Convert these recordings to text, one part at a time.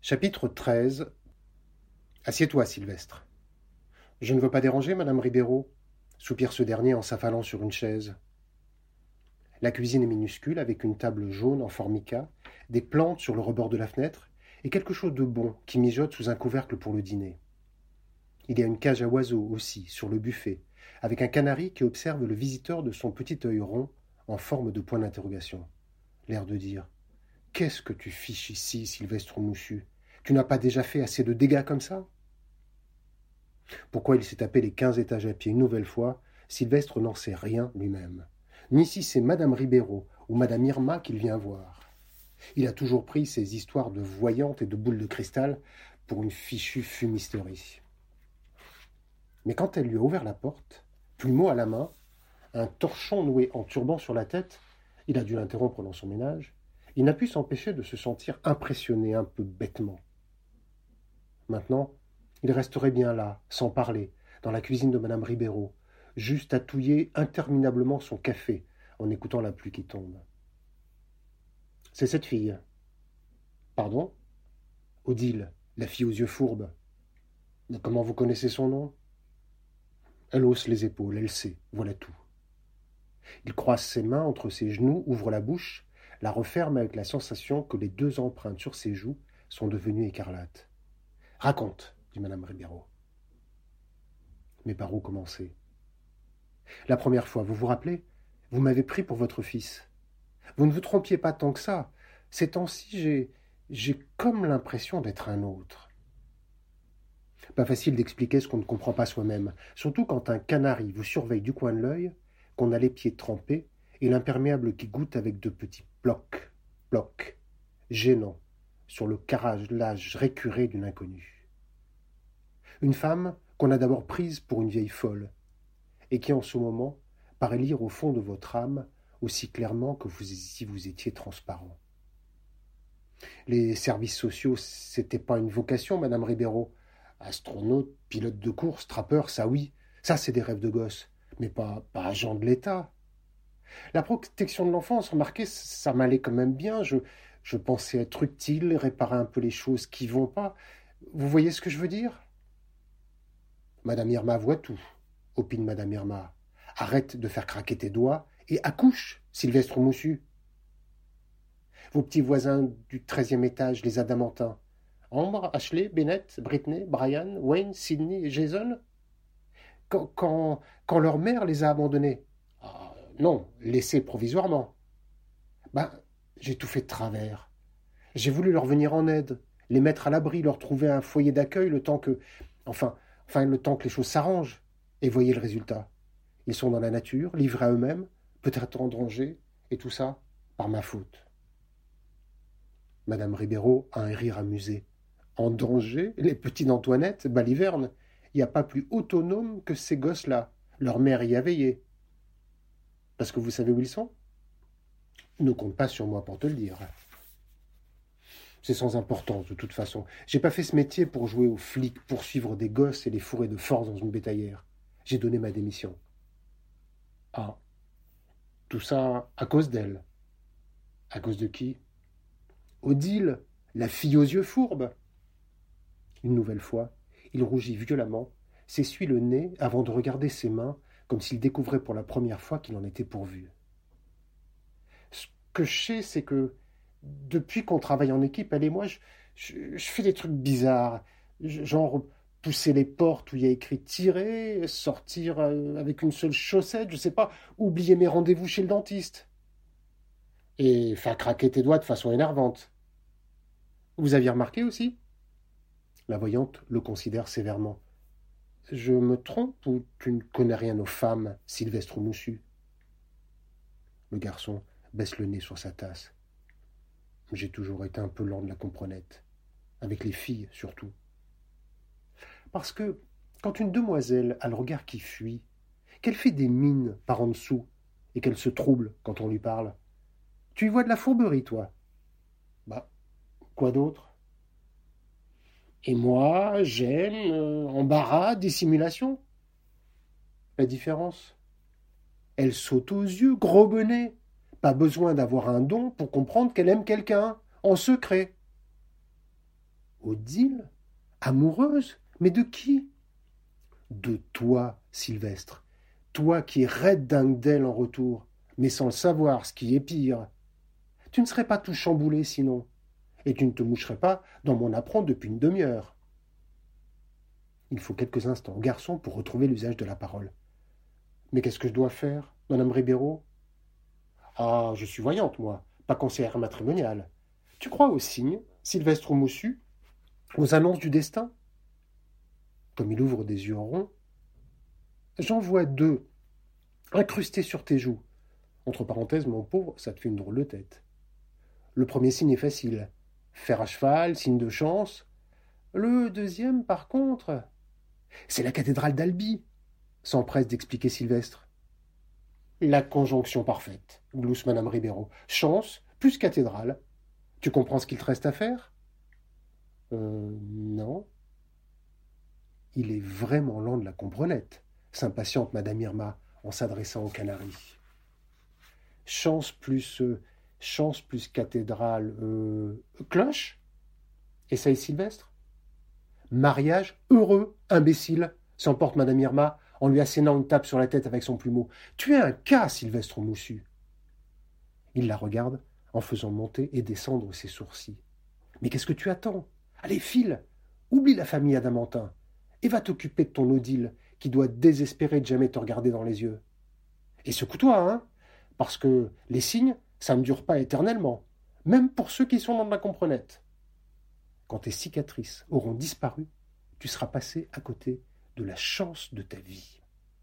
Chapitre 13. Assieds-toi, Sylvestre. Je ne veux pas déranger, madame Ribeiro, soupire ce dernier en s'affalant sur une chaise. La cuisine est minuscule, avec une table jaune en formica, des plantes sur le rebord de la fenêtre, et quelque chose de bon qui mijote sous un couvercle pour le dîner. Il y a une cage à oiseaux aussi, sur le buffet, avec un canari qui observe le visiteur de son petit œil rond, en forme de point d'interrogation. L'air de dire « Qu'est-ce que tu fiches ici, Sylvestre Moussu ? Tu n'as pas déjà fait assez de dégâts comme ça ?» Pourquoi il s'est tapé les 15 étages à pied une nouvelle fois, Sylvestre n'en sait rien lui-même. Ni si c'est madame Ribeiro ou madame Irma qu'il vient voir. Il a toujours pris ces histoires de voyantes et de boules de cristal pour une fichue fumisterie. Mais quand elle lui a ouvert la porte, plumeau à la main, un torchon noué en turban sur la tête, il a dû l'interrompre dans son ménage, il n'a pu s'empêcher de se sentir impressionné un peu bêtement. Maintenant, il resterait bien là, sans parler, dans la cuisine de madame Ribeiro, juste à touiller interminablement son café en écoutant la pluie qui tombe. C'est cette fille. Pardon ? Odile, la fille aux yeux fourbes. Mais comment vous connaissez son nom ? Elle hausse les épaules, elle sait, voilà tout. Il croise ses mains entre ses genoux, ouvre la bouche, la referme avec la sensation que les 2 empreintes sur ses joues sont devenues écarlates. « Raconte, dit madame Ribeiro. » Mais par où commencer ? La première fois, vous vous rappelez ? Vous m'avez pris pour votre fils. Vous ne vous trompiez pas tant que ça. Ces temps-ci, j'ai comme l'impression d'être un autre. Pas facile d'expliquer ce qu'on ne comprend pas soi-même, surtout quand un canari vous surveille du coin de l'œil, qu'on a les pieds trempés et l'imperméable qui goûte avec de petits plocs, gênants, sur le carrelage récuré d'une inconnue. Une femme qu'on a d'abord prise pour une vieille folle, et qui en ce moment paraît lire au fond de votre âme aussi clairement que si vous étiez transparent. Les services sociaux, c'était pas une vocation, madame Ribeiro. Astronaute, pilote de course, trappeur, ça oui, ça c'est des rêves de gosse, mais pas agent de l'État. La protection de l'enfance, remarquez, ça m'allait quand même bien, je pensais être utile, réparer un peu les choses qui vont pas. Vous voyez ce que je veux dire ? Madame Irma voit tout, opine madame Irma. Arrête de faire craquer tes doigts et accouche, Sylvestre Moussu. Vos petits voisins du 13e étage, les Adamantins. Ambre, Ashley, Bennett, Britney, Brian, Wayne, Sidney et Jason. Quand leur mère les a abandonnés. Non, laissés provisoirement. J'ai tout fait de travers. J'ai voulu leur venir en aide, les mettre à l'abri, leur trouver un foyer d'accueil le temps que... Enfin, le temps que les choses s'arrangent. Et voyez le résultat. Ils sont dans la nature, livrés à eux-mêmes, peut-être en danger, et tout ça par ma faute. Madame Ribeiro a un rire amusé. En danger, les petits d'Antoinette, Baliverne, il n'y a pas plus autonome que ces gosses-là. Leur mère y a veillé. Parce que vous savez où ils sont ? Ne compte pas sur moi pour te le dire. C'est sans importance, de toute façon. J'ai pas fait ce métier pour jouer aux flics, poursuivre des gosses et les fourrer de force dans une bétaillère. J'ai donné ma démission. Ah, tout ça à cause d'elle. À cause de qui ? Odile, la fille aux yeux fourbes. Une nouvelle fois, il rougit violemment, s'essuie le nez avant de regarder ses mains comme s'il découvrait pour la première fois qu'il en était pourvu. Ce que je sais, c'est que depuis qu'on travaille en équipe, elle et moi, je fais des trucs bizarres, genre pousser les portes où il y a écrit tirer, sortir avec une seule chaussette, je sais pas, oublier mes rendez-vous chez le dentiste. Et faire craquer tes doigts de façon énervante. Vous aviez remarqué aussi ? La voyante le considère sévèrement. Je me trompe ou tu ne connais rien aux femmes, Sylvestre Moussu ? Le garçon baisse le nez sur sa tasse. J'ai toujours été un peu lent de la comprenette, avec les filles surtout. Parce que quand une demoiselle a le regard qui fuit, qu'elle fait des mines par en dessous et qu'elle se trouble quand on lui parle, tu y vois de la fourberie, toi ? Quoi d'autre ? Et moi, j'aime embarras, dissimulation. La différence ? Elle saute aux yeux, gros bonnet. Pas besoin d'avoir un don pour comprendre qu'elle aime quelqu'un, en secret. Odile? Amoureuse? Mais de qui? De toi, Sylvestre. Toi qui es raide dingue d'elle en retour, mais sans le savoir, ce qui est pire. Tu ne serais pas tout chamboulé sinon, et tu ne te moucherais pas dans mon apprend depuis une demi-heure. Il faut quelques instants au garçon pour retrouver l'usage de la parole. Mais qu'est-ce que je dois faire, madame Ribeiro? Ah, je suis voyante, moi, pas conseillère matrimoniale. Tu crois aux signes, Sylvestre Moussu, aux annonces du destin? Comme il ouvre des yeux ronds. J'en vois deux, incrustés sur tes joues. Entre parenthèses, mon pauvre, ça te fait une drôle de tête. Le premier signe est facile. Fer à cheval, signe de chance. Le deuxième, par contre, c'est la cathédrale d'Albi, s'empresse d'expliquer Sylvestre. La conjonction parfaite, glousse madame Ribeiro. Chance plus cathédrale. Tu comprends ce qu'il te reste à faire? Non. Il est vraiment lent de la comprenette, s'impatiente madame Irma en s'adressant au canari. Chance plus cathédrale, cloche? Essaye Sylvestre. Mariage heureux, imbécile, s'emporte madame Irma en lui assénant une tape sur la tête avec son plumeau. Tu es un cas, Sylvestre Moussu. Il la regarde en faisant monter et descendre ses sourcils. Mais qu'est-ce que tu attends? Allez, file, oublie la famille Adamantin et va t'occuper de ton Odile qui doit désespérer de jamais te regarder dans les yeux. Et secoue-toi, hein, parce que les signes, ça ne dure pas éternellement, même pour ceux qui sont dans la comprenette. Quand tes cicatrices auront disparu, tu seras passé à côté de la chance de ta vie.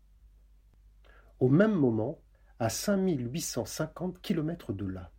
Au même moment, à 5850 km de là,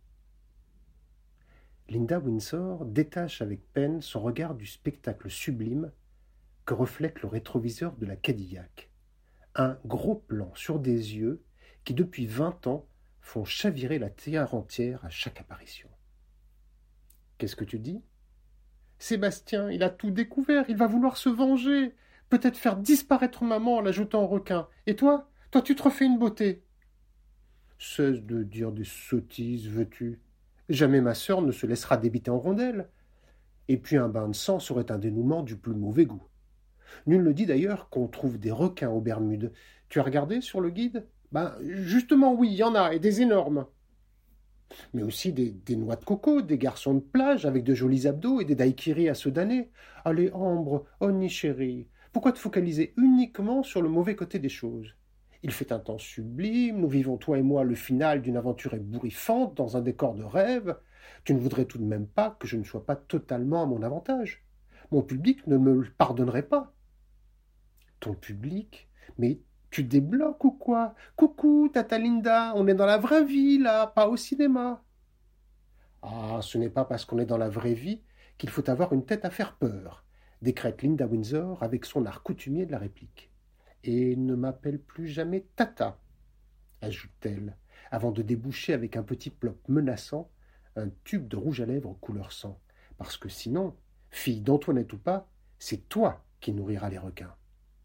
Linda Windsor détache avec peine son regard du spectacle sublime que reflète le rétroviseur de la Cadillac. Un gros plan sur des yeux qui, depuis 20 ans, font chavirer la terre entière à chaque apparition. Qu'est-ce que tu dis? Sébastien, il a tout découvert, il va vouloir se venger, peut-être faire disparaître maman en la jetant en requin. Et toi, tu te refais une beauté. Cesse de dire des sottises, veux-tu? Jamais ma sœur ne se laissera débiter en rondelles. Et puis un bain de sang serait un dénouement du plus mauvais goût. Nul ne dit d'ailleurs qu'on trouve des requins aux Bermudes. Tu as regardé sur le guide? Justement oui, il y en a, et des énormes. Mais aussi des noix de coco, des garçons de plage avec de jolis abdos et des daiquiris à se damner. Allez, Ambre, Honey chérie, pourquoi te focaliser uniquement sur le mauvais côté des choses? Il fait un temps sublime, nous vivons toi et moi le final d'une aventure ébouriffante dans un décor de rêve. Tu ne voudrais tout de même pas que je ne sois pas totalement à mon avantage. Mon public ne me le pardonnerait pas. Ton public? Mais tu débloques ou quoi? Coucou, tata Linda, on est dans la vraie vie, là, pas au cinéma. Ah, ce n'est pas parce qu'on est dans la vraie vie qu'il faut avoir une tête à faire peur, décrète Linda Windsor avec son art coutumier de la réplique. Et ne m'appelle plus jamais tata, ajoute-t-elle, avant de déboucher avec un petit plop menaçant un tube de rouge à lèvres couleur sang. Parce que sinon, fille d'Antoinette ou pas, c'est toi qui nourriras les requins.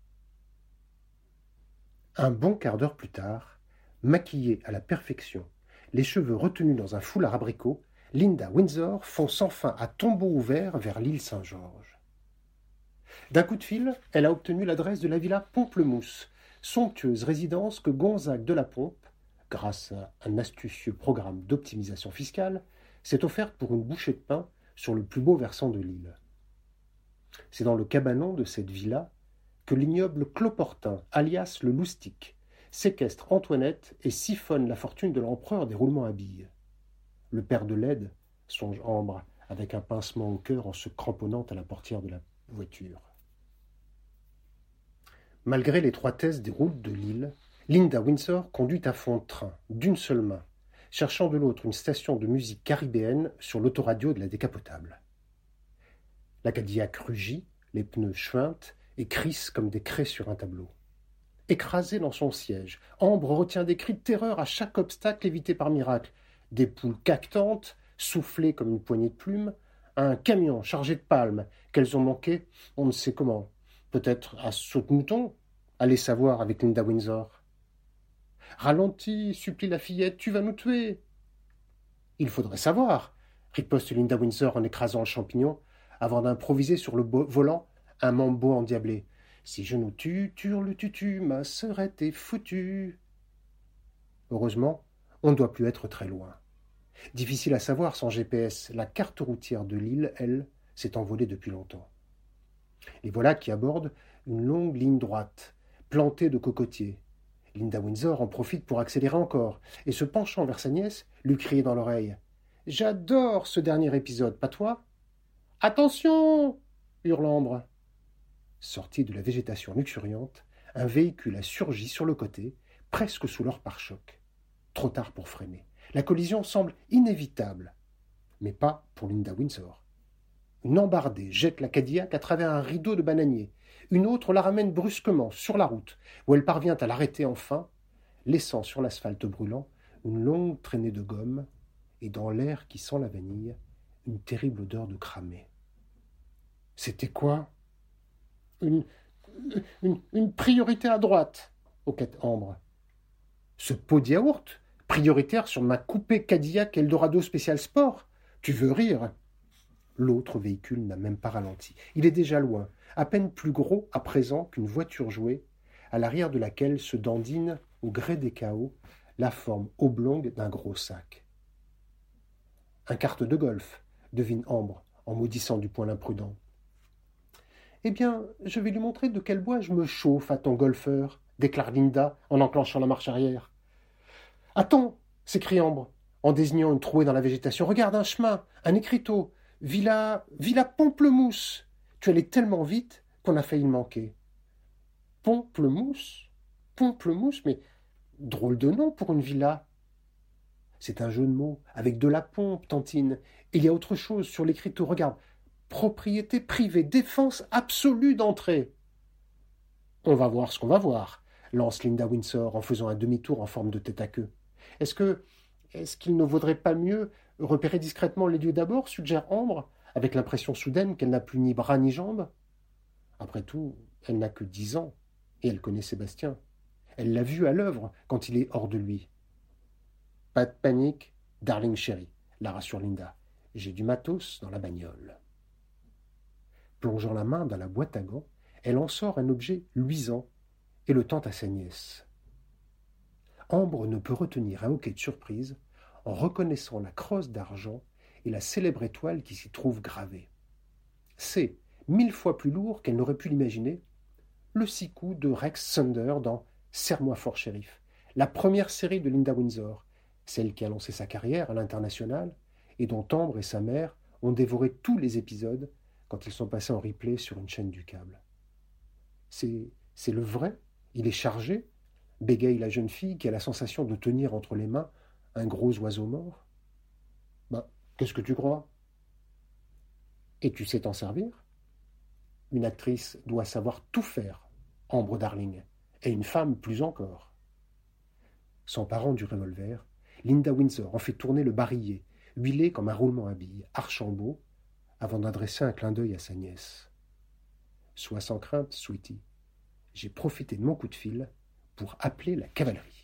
Un bon quart d'heure plus tard, maquillée à la perfection, les cheveux retenus dans un foulard abricot, Linda Windsor fonce enfin à tombeau ouvert vers l'île Saint-Georges. D'un coup de fil, elle a obtenu l'adresse de la villa Pamplemousse, somptueuse résidence que Gonzague de la Pompe, grâce à un astucieux programme d'optimisation fiscale, s'est offerte pour une bouchée de pain sur le plus beau versant de l'île. C'est dans le cabanon de cette villa que l'ignoble Cloportin, alias le Loustic, séquestre Antoinette et siphonne la fortune de l'empereur des roulements à billes. Le père de Led, songe Ambre, avec un pincement au cœur en se cramponnant à la portière de la voiture. Malgré l'étroitesse des routes de l'île, Linda Windsor conduit à fond de train, d'une seule main, cherchant de l'autre une station de musique caribéenne sur l'autoradio de la décapotable. La Cadillac rugit, les pneus chuintent et crissent comme des craies sur un tableau. Écrasée dans son siège, Ambre retient des cris de terreur à chaque obstacle évité par miracle. Des poules cactantes, soufflées comme une poignée de plumes, un camion chargé de palmes qu'elles ont manqué, on ne sait comment. Peut-être à saute-mouton, allez savoir avec Linda Windsor. Ralentis, supplie la fillette, tu vas nous tuer. Il faudrait savoir, riposte Linda Windsor en écrasant le champignon. avant d'improviser sur le volant un mambo endiablé. Si je nous tue, turle tutu, ma sœurette est foutue. Heureusement, on ne doit plus être très loin. Difficile à savoir sans GPS, la carte routière de l'île, elle, s'est envolée depuis longtemps. Les voilà qui abordent une longue ligne droite, plantée de cocotiers. Linda Windsor en profite pour accélérer encore, et se penchant vers sa nièce, lui crier dans l'oreille « J'adore ce dernier épisode, pas toi ?»« Attention !» hurle Ambre. Sorti de la végétation luxuriante, un véhicule a surgi sur le côté, presque sous leur pare-choc. Trop tard pour freiner. La collision semble inévitable, mais pas pour Linda Windsor. Une embardée jette la Cadillac à travers un rideau de bananiers. Une autre la ramène brusquement sur la route, où elle parvient à l'arrêter enfin, laissant sur l'asphalte brûlant une longue traînée de gomme et dans l'air qui sent la vanille, une terrible odeur de cramé. C'était quoi ? Une priorité à droite, hoquette Ambre. Ce pot de yaourt, prioritaire sur ma coupée Cadillac Eldorado Spécial Sport ? Tu veux rire ? L'autre véhicule n'a même pas ralenti. Il est déjà loin, à peine plus gros à présent qu'une voiture jouée, à l'arrière de laquelle se dandine, au gré des chaos, la forme oblongue d'un gros sac. Un kart de golf, devine Ambre, en maudissant du poing l'imprudent. Eh bien, je vais lui montrer de quel bois je me chauffe à ton golfeur, déclare Linda en enclenchant la marche arrière. Attends, s'écrie Ambre, en désignant une trouée dans la végétation. Regarde un chemin, un écriteau. Villa Pamplemousse. Tu allais tellement vite qu'on a failli le manquer. Pamplemousse ? Pamplemousse, mais drôle de nom pour une villa. C'est un jeu de mots, avec de la pompe, Tantine. Et il y a autre chose sur l'écriteau. Regarde, propriété privée, défense absolue d'entrée. On va voir ce qu'on va voir, lance Linda Windsor en faisant un demi-tour en forme de tête à queue. Est-ce qu'il ne vaudrait pas mieux repérer discrètement les lieux d'abord, suggère Ambre, avec l'impression soudaine qu'elle n'a plus ni bras ni jambes. Après tout, elle n'a que 10 ans, et elle connaît Sébastien. Elle l'a vu à l'œuvre quand il est hors de lui. Pas de panique, darling chérie, la rassure Linda. J'ai du matos dans la bagnole. Plongeant la main dans la boîte à gants, elle en sort un objet luisant et le tend à sa nièce. Ambre ne peut retenir un hoquet de surprise en reconnaissant la crosse d'argent et la célèbre étoile qui s'y trouve gravée. C'est, 1000 fois plus lourd qu'elle n'aurait pu l'imaginer, le 6 coups de Rex Thunder dans Serre-moi fort, shérif, la première série de Linda Windsor, celle qui a lancé sa carrière à l'international et dont Ambre et sa mère ont dévoré tous les épisodes quand ils sont passés en replay sur une chaîne du câble. C'est le vrai ? Il est chargé ? Bégaye la jeune fille qui a la sensation de tenir entre les mains un gros oiseau mort. Qu'est-ce que tu crois ? Et tu sais t'en servir ? Une actrice doit savoir tout faire, Ambre Darling, et une femme plus encore. S'emparant du revolver, Linda Windsor en fait tourner le barillet, huilé comme un roulement à billes, Archambault, avant d'adresser un clin d'œil à sa nièce. Sois sans crainte, sweetie. J'ai profité de mon coup de fil pour appeler la cavalerie.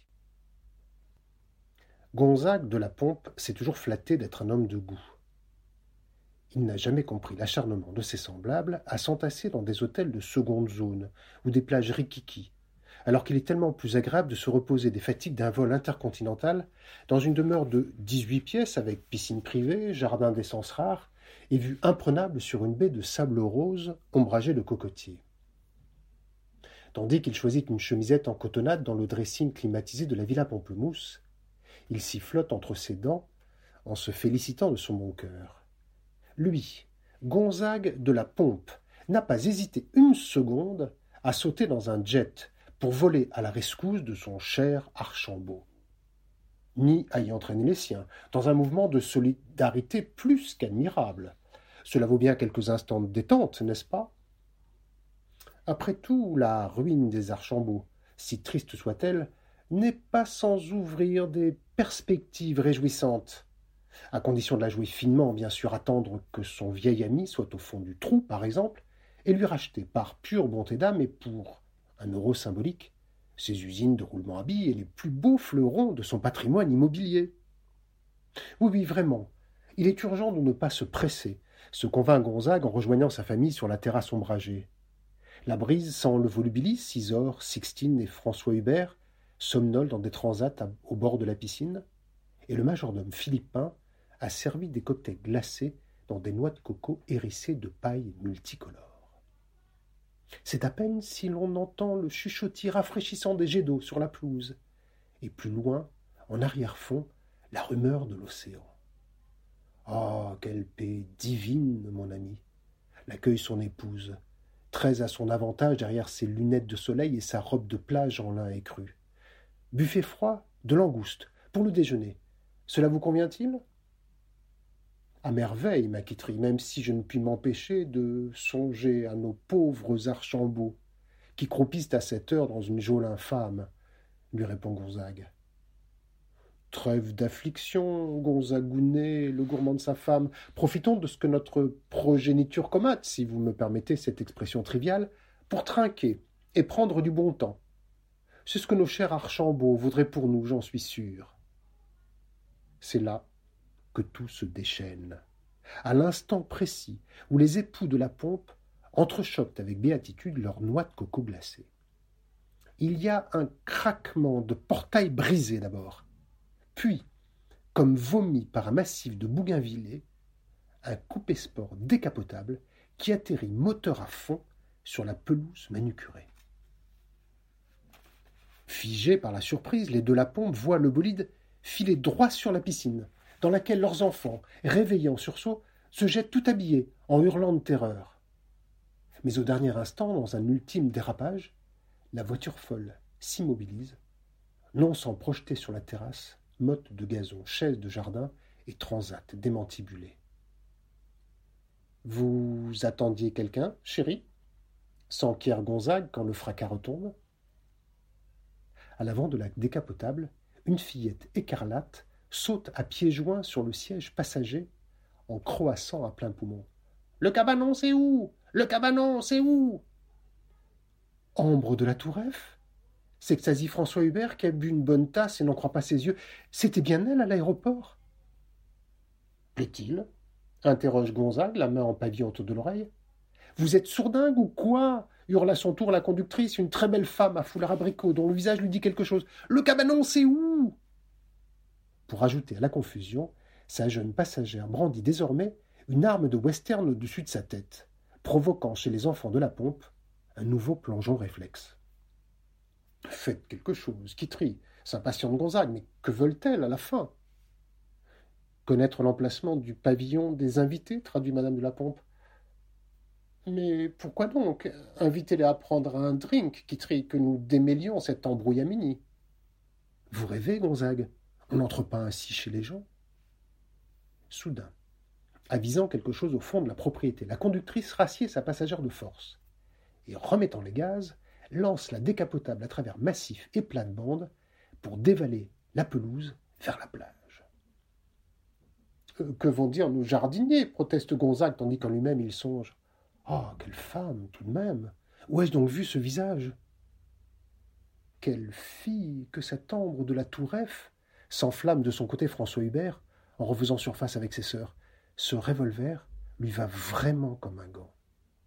Gonzague de la Pompe s'est toujours flatté d'être un homme de goût. Il n'a jamais compris l'acharnement de ses semblables à s'entasser dans des hôtels de seconde zone ou des plages rikiki, alors qu'il est tellement plus agréable de se reposer des fatigues d'un vol intercontinental dans une demeure de 18 pièces avec piscine privée, jardin d'essence rare et vue imprenable sur une baie de sable rose ombragée de cocotiers. Tandis qu'il choisit une chemisette en cotonnade dans le dressing climatisé de la Villa Pamplemousse, il s'y flotte entre ses dents en se félicitant de son bon cœur. Lui, Gonzague de la Pompe, n'a pas hésité une seconde à sauter dans un jet pour voler à la rescousse de son cher Archambault, ni à y entraîner les siens, dans un mouvement de solidarité plus qu'admirable. Cela vaut bien quelques instants de détente, n'est-ce pas ? Après tout, la ruine des Archambault, si triste soit-elle, n'est pas sans ouvrir des perspectives réjouissantes, à condition de la jouer finement, bien sûr, attendre que son vieil ami soit au fond du trou, par exemple, et lui racheter par pure bonté d'âme et pour €1 symbolique ses usines de roulement à billes et les plus beaux fleurons de son patrimoine immobilier. Oui, vraiment, il est urgent de ne pas se presser, se convainc Gonzague en rejoignant sa famille sur la terrasse ombragée. La brise sent le volubilis, Isor, Sixtine et François Hubert somnolent dans des transats au bord de la piscine, et le majordome Philippin a servi des cocktails glacés dans des noix de coco hérissées de paille multicolores. C'est à peine si l'on entend le chuchotis rafraîchissant des jets d'eau sur la pelouse, et plus loin, en arrière-fond, la rumeur de l'océan. Ah, quelle paix divine, mon ami, l'accueille son épouse, très à son avantage derrière ses lunettes de soleil et sa robe de plage en lin écru. Buffet froid, de langoustes, pour le déjeuner. Cela vous convient-il ? À merveille, ma Quitterie, même si je ne puis m'empêcher de songer à nos pauvres Archambault, qui croupissent à cette heure dans une geôle infâme, lui répond Gonzague. Trêve d'affliction, Gonzagounet, le gourmand de sa femme. Profitons de ce que notre progéniture commate, si vous me permettez cette expression triviale, pour trinquer et prendre du bon temps. C'est ce que nos chers Archambault voudraient pour nous, j'en suis sûr. C'est là que tout se déchaîne. À l'instant précis où les époux de la pompe entrechoquent avec béatitude leurs noix de coco glacées. Il y a un craquement de portail brisé d'abord, puis, comme vomi par un massif de bougainvillés, un coupé-sport décapotable qui atterrit moteur à fond sur la pelouse manucurée. Figés par la surprise, les de la pompe voient le bolide filer droit sur la piscine, dans laquelle leurs enfants, réveillés en sursaut, se jettent tout habillés, en hurlant de terreur. Mais au dernier instant, dans un ultime dérapage, la voiture folle s'immobilise, non sans projeter sur la terrasse motte de gazon, chaise de jardin et transat démantibulé. « Vous attendiez quelqu'un, chérie ?» s'enquiert Gonzague quand le fracas retombe. À l'avant de la décapotable, une fillette écarlate saute à pieds joints sur le siège passager en croassant à plein poumon. « Le cabanon, c'est où ? Le cabanon, c'est où ?» Ambre de la Toureffe ? S'extasie François Hubert qui a bu une bonne tasse et n'en croit pas ses yeux. C'était bien elle à l'aéroport ? Plaît-il ? Interroge Gonzague, la main en pavillon autour de l'oreille. Vous êtes sourdingue ou quoi ? Hurle à son tour la conductrice, une très belle femme à foulard abricot, dont le visage lui dit quelque chose. Le cabanon, c'est où ? Pour ajouter à la confusion, sa jeune passagère brandit désormais une arme de western au-dessus de sa tête, provoquant chez les enfants de la pompe un nouveau plongeon réflexe. Faites quelque chose, Quitterie, s'impatiente Gonzague, mais que veulent-elles à la fin ? Connaître l'emplacement du pavillon des invités, traduit madame de la Pompe. Mais pourquoi donc ? Invitez-les à prendre un drink, Quitterie, que nous démêlions cette embrouillamini. Vous rêvez, Gonzague ? On n'entre pas ainsi chez les gens. Soudain, avisant quelque chose au fond de la propriété, la conductrice rassied sa passagère de force et, remettant les gaz, lance la décapotable à travers massifs et plates-bandes pour dévaler la pelouse vers la plage. Que vont dire nos jardiniers ? Proteste Gonzague, tandis qu'en lui-même il songe. Oh, quelle femme, tout de même ! Où ai-je donc vu ce visage ? Quelle fille que cette Ambre de la Toureffe, s'enflamme de son côté François Hubert, en refaisant surface avec ses sœurs. Ce revolver lui va vraiment comme un gant.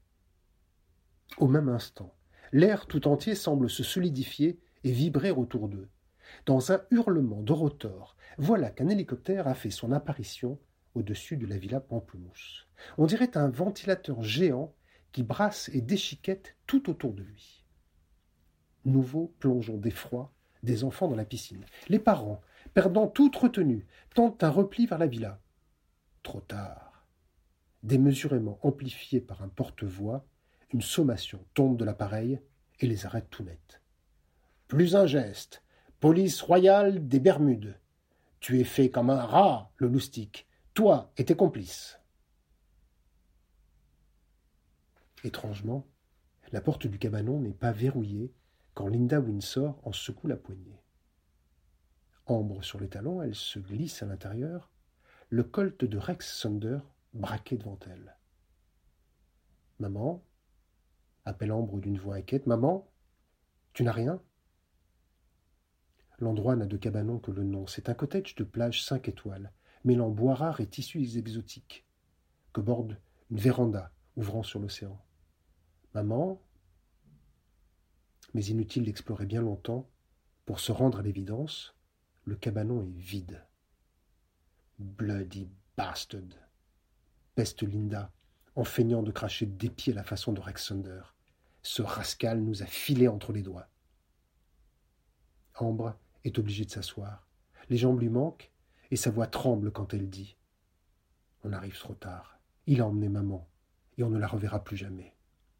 Au même instant, l'air tout entier semble se solidifier et vibrer autour d'eux. Dans un hurlement de rotor, voilà qu'un hélicoptère a fait son apparition au-dessus de la villa Pamplemousse. On dirait un ventilateur géant qui brasse et déchiquette tout autour de lui. Nouveau plongeon d'effroi des enfants dans la piscine. Les parents, perdant toute retenue, tentent un repli vers la villa. Trop tard. Démesurément amplifié par un porte-voix, une sommation tombe de l'appareil et les arrête tout net. Plus un geste. Police royale des Bermudes. Tu es fait comme un rat, le loustic. Toi et tes complices. Étrangement, la porte du cabanon n'est pas verrouillée quand Linda Windsor en secoue la poignée. Ambre sur les talons, elle se glisse à l'intérieur, le colt de Rex Sunder braqué devant elle. « Maman » appelle Ambre d'une voix inquiète. « Maman, tu n'as rien ?» L'endroit n'a de cabanon que le nom. C'est un cottage de plage 5 étoiles, mêlant bois rares et tissus exotiques, que bordent une véranda ouvrant sur l'océan. Maman, mais inutile d'explorer bien longtemps pour se rendre à l'évidence, le cabanon est vide. Bloody bastard, peste Linda, en feignant de cracher de dépit à la façon de Rex Thunder. Ce rascal nous a filé entre les doigts. Ambre est obligée de s'asseoir. Les jambes lui manquent et sa voix tremble quand elle dit « On arrive trop tard. Il a emmené maman et on ne la reverra plus jamais. »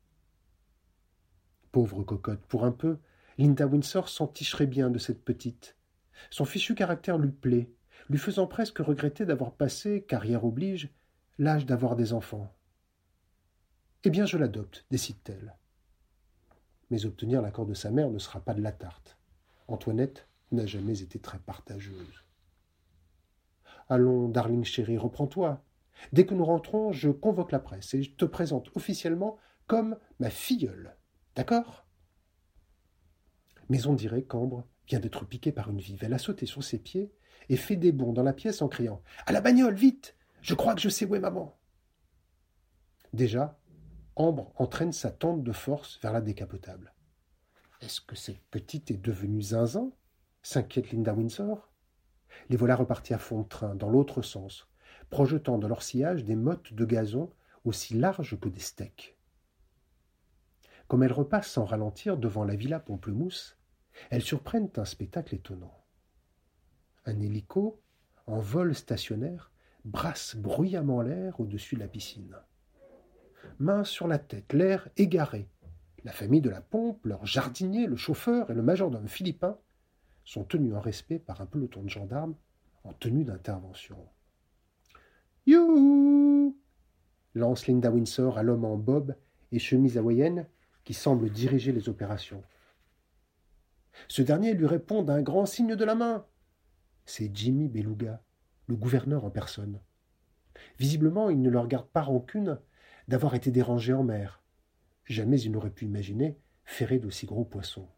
Pauvre cocotte, pour un peu, Linda Windsor s'enticherait bien de cette petite. Son fichu caractère lui plaît, lui faisant presque regretter d'avoir passé, carrière oblige, l'âge d'avoir des enfants. « Eh bien, je l'adopte, décide-t-elle. » Mais obtenir l'accord de sa mère ne sera pas de la tarte. Antoinette n'a jamais été très partageuse. « Allons, darling chérie, reprends-toi. Dès que nous rentrons, je convoque la presse et je te présente officiellement comme ma filleule. D'accord ?» Mais on dirait qu'Ambre vient d'être piquée par une vive. Elle a sauté sur ses pieds et fait des bonds dans la pièce en criant « À la bagnole, vite! Je crois que je sais où est maman !» Déjà, Ambre entraîne sa tante de force vers la décapotable. « Est-ce que cette petite est devenue zinzin ?» s'inquiète Linda Windsor. Les voilà repartis à fond de train, dans l'autre sens, projetant dans leur sillage des mottes de gazon aussi larges que des steaks. Comme elles repassent sans ralentir devant la villa Pamplemousse, elles surprennent un spectacle étonnant. Un hélico, en vol stationnaire, brasse bruyamment l'air au-dessus de la piscine. Main sur la tête, l'air égaré, la famille de la pompe, leur jardinier, le chauffeur et le majordome philippin sont tenus en respect par un peloton de gendarmes en tenue d'intervention. « Youhou !» lance Linda Windsor à l'homme en bob et chemise hawaïenne qui semble diriger les opérations. Ce dernier lui répond d'un grand signe de la main. C'est Jimmy Beluga, le gouverneur en personne. Visiblement, il ne leur garde pas rancune d'avoir été dérangé en mer. Jamais il n'aurait pu imaginer ferrer d'aussi gros poissons.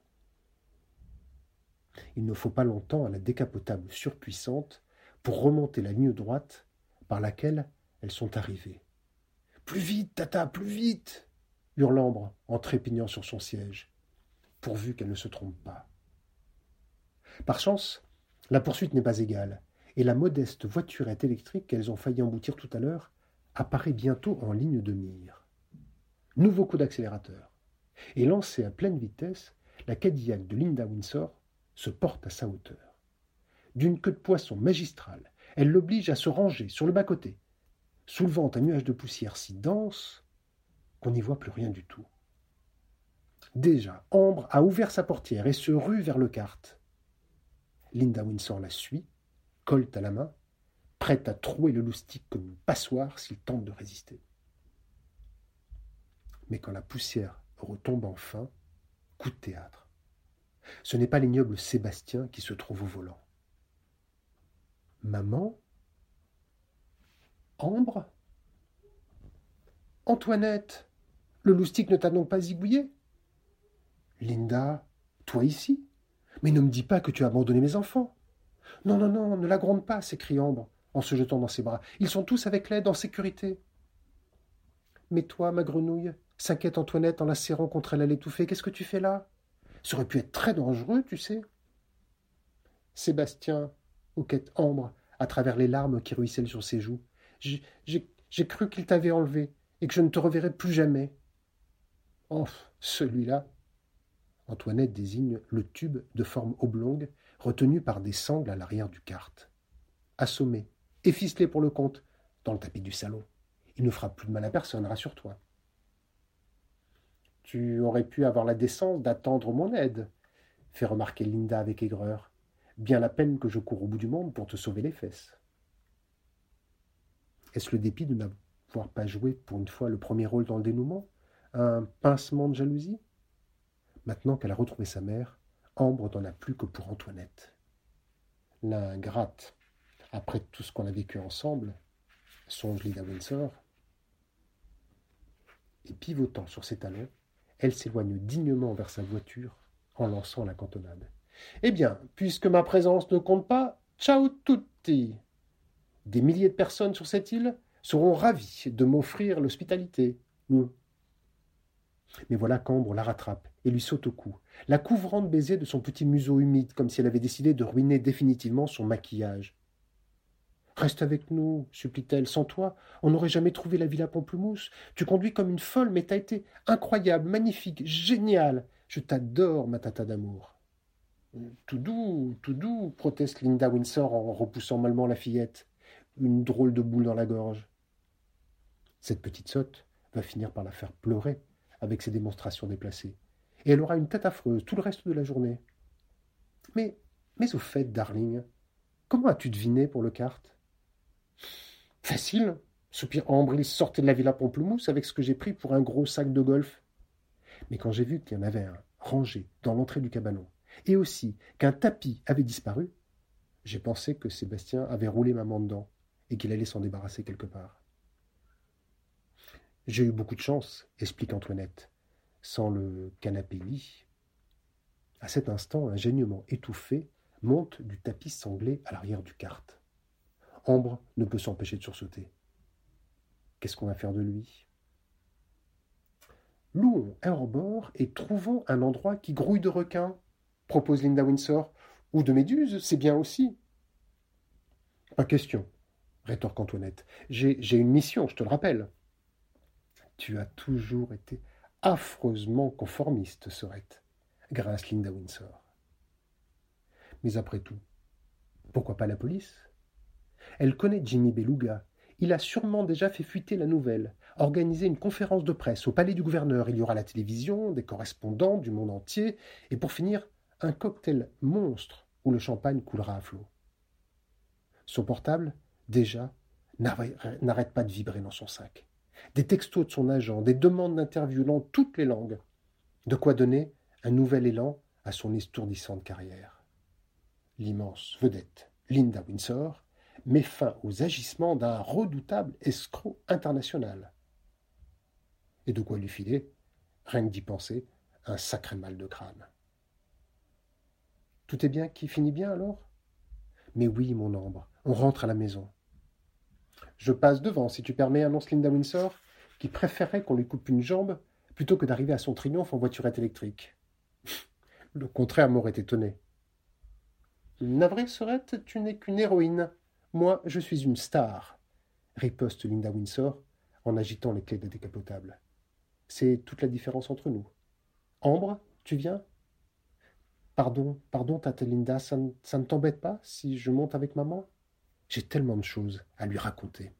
Il ne faut pas longtemps à la décapotable surpuissante pour remonter la ligne droite par laquelle elles sont arrivées. « Plus vite, Tata, plus vite !» hurle Ambre en trépignant sur son siège, pourvu qu'elle ne se trompe pas. Par chance, la poursuite n'est pas égale, et la modeste voiturette électrique qu'elles ont failli emboutir tout à l'heure apparaît bientôt en ligne de mire. Nouveau coup d'accélérateur, et lancée à pleine vitesse, la Cadillac de Linda Windsor se porte à sa hauteur. D'une queue de poisson magistrale, elle l'oblige à se ranger sur le bas-côté, soulevant un nuage de poussière si dense qu'on n'y voit plus rien du tout. Déjà, Ambre a ouvert sa portière et se rue vers le kart. Linda Windsor la suit, colte à la main, prête à trouer le loustic comme une passoire s'il tente de résister. Mais quand la poussière retombe enfin, coup de théâtre. Ce n'est pas l'ignoble Sébastien qui se trouve au volant. « Maman ? Ambre ? Antoinette ? Le loustic ne t'a donc pas zigouillé ? Linda, toi ici ? Mais ne me dis pas que tu as abandonné mes enfants. Non, non, non, ne la gronde pas, s'écrie Ambre en se jetant dans ses bras. Ils sont tous avec l'aide en sécurité. Mais toi, ma grenouille, s'inquiète Antoinette en la serrant contre elle à l'étouffer. Qu'est-ce que tu fais là ? Ça aurait pu être très dangereux, tu sais. Sébastien, hoquette Ambre à travers les larmes qui ruissellent sur ses joues. J'ai cru qu'il t'avait enlevé et que je ne te reverrai plus jamais. Oh, celui-là. Antoinette désigne le tube de forme oblongue retenu par des sangles à l'arrière du kart. Assommé et ficelé pour le compte dans le tapis du salon. Il ne fera plus de mal à personne, rassure-toi. Tu aurais pu avoir la décence d'attendre mon aide, fait remarquer Linda avec aigreur. Bien la peine que je cours au bout du monde pour te sauver les fesses. Est-ce le dépit de n'avoir pas joué pour une fois le premier rôle dans le dénouement ? Un pincement de jalousie ? Maintenant qu'elle a retrouvé sa mère, Ambre n'en a plus que pour Antoinette. L'ingrate, après tout ce qu'on a vécu ensemble, songe Linda Windsor, et pivotant sur ses talons, elle s'éloigne dignement vers sa voiture en lançant la cantonade. « Eh bien, puisque ma présence ne compte pas, ciao tutti ! Des milliers de personnes sur cette île, seront ravis de m'offrir l'hospitalité. Mais voilà qu'Ambre la rattrape et lui saute au cou, la couvrant de baisers de son petit museau humide, comme si elle avait décidé de ruiner définitivement son maquillage. Reste avec nous, supplie-t-elle. Sans toi, on n'aurait jamais trouvé la villa Pamplemousse. Tu conduis comme une folle, mais t'as été incroyable, magnifique, génial. Je t'adore, ma tata d'amour. Tout doux, proteste Linda Windsor en repoussant mollement la fillette, une drôle de boule dans la gorge. Cette petite sotte va finir par la faire pleurer avec ses démonstrations déplacées, et elle aura une tête affreuse tout le reste de la journée. Mais au fait, darling, comment as-tu deviné pour le kart? Facile, soupire Ambre, il sortait de la villa Pamplemousse avec ce que j'ai pris pour un gros sac de golf. Mais quand j'ai vu qu'il y en avait un rangé dans l'entrée du cabanon, et aussi qu'un tapis avait disparu, j'ai pensé que Sébastien avait roulé maman dedans et qu'il allait s'en débarrasser quelque part. J'ai eu beaucoup de chance, explique Antoinette. Sans le canapé-lit. À cet instant, un geignement étouffé monte du tapis sanglé à l'arrière du kart. Ambre ne peut s'empêcher de sursauter. Qu'est-ce qu'on va faire de lui? Louons un rebord et trouvons un endroit qui grouille de requins, propose Linda Windsor. Ou de méduses, c'est bien aussi. Pas question, rétorque Antoinette. J'ai une mission, je te le rappelle. Tu as toujours été affreusement conformiste, Sorette, grince Linda Windsor. Mais après tout, pourquoi pas la police? Elle connaît Jimmy Beluga. Il a sûrement déjà fait fuiter la nouvelle, organisé une conférence de presse au palais du gouverneur. Il y aura la télévision, des correspondants du monde entier, et pour finir, un cocktail monstre où le champagne coulera à flot. Son portable, déjà, n'arrête pas de vibrer dans son sac. Des textos de son agent, des demandes d'interview dans toutes les langues. De quoi donner un nouvel élan à son estourdissante carrière. L'immense vedette Linda Windsor met fin aux agissements d'un redoutable escroc international. Et de quoi lui filer, rien que d'y penser, un sacré mal de crâne. Tout est bien qui finit bien alors? Mais oui, mon Ambre, on rentre à la maison. Je passe devant, si tu permets, annonce Linda Windsor, qui préférerait qu'on lui coupe une jambe plutôt que d'arriver à son triomphe en voiturette électrique. Le contraire m'aurait étonné. Navré, Sorette, tu n'es qu'une héroïne. Moi, je suis une star, riposte Linda Windsor en agitant les clés de décapotable. C'est toute la différence entre nous. Ambre, tu viens? Pardon, tante Linda, ça ne t'embête pas si je monte avec maman? J'ai tellement de choses à lui raconter.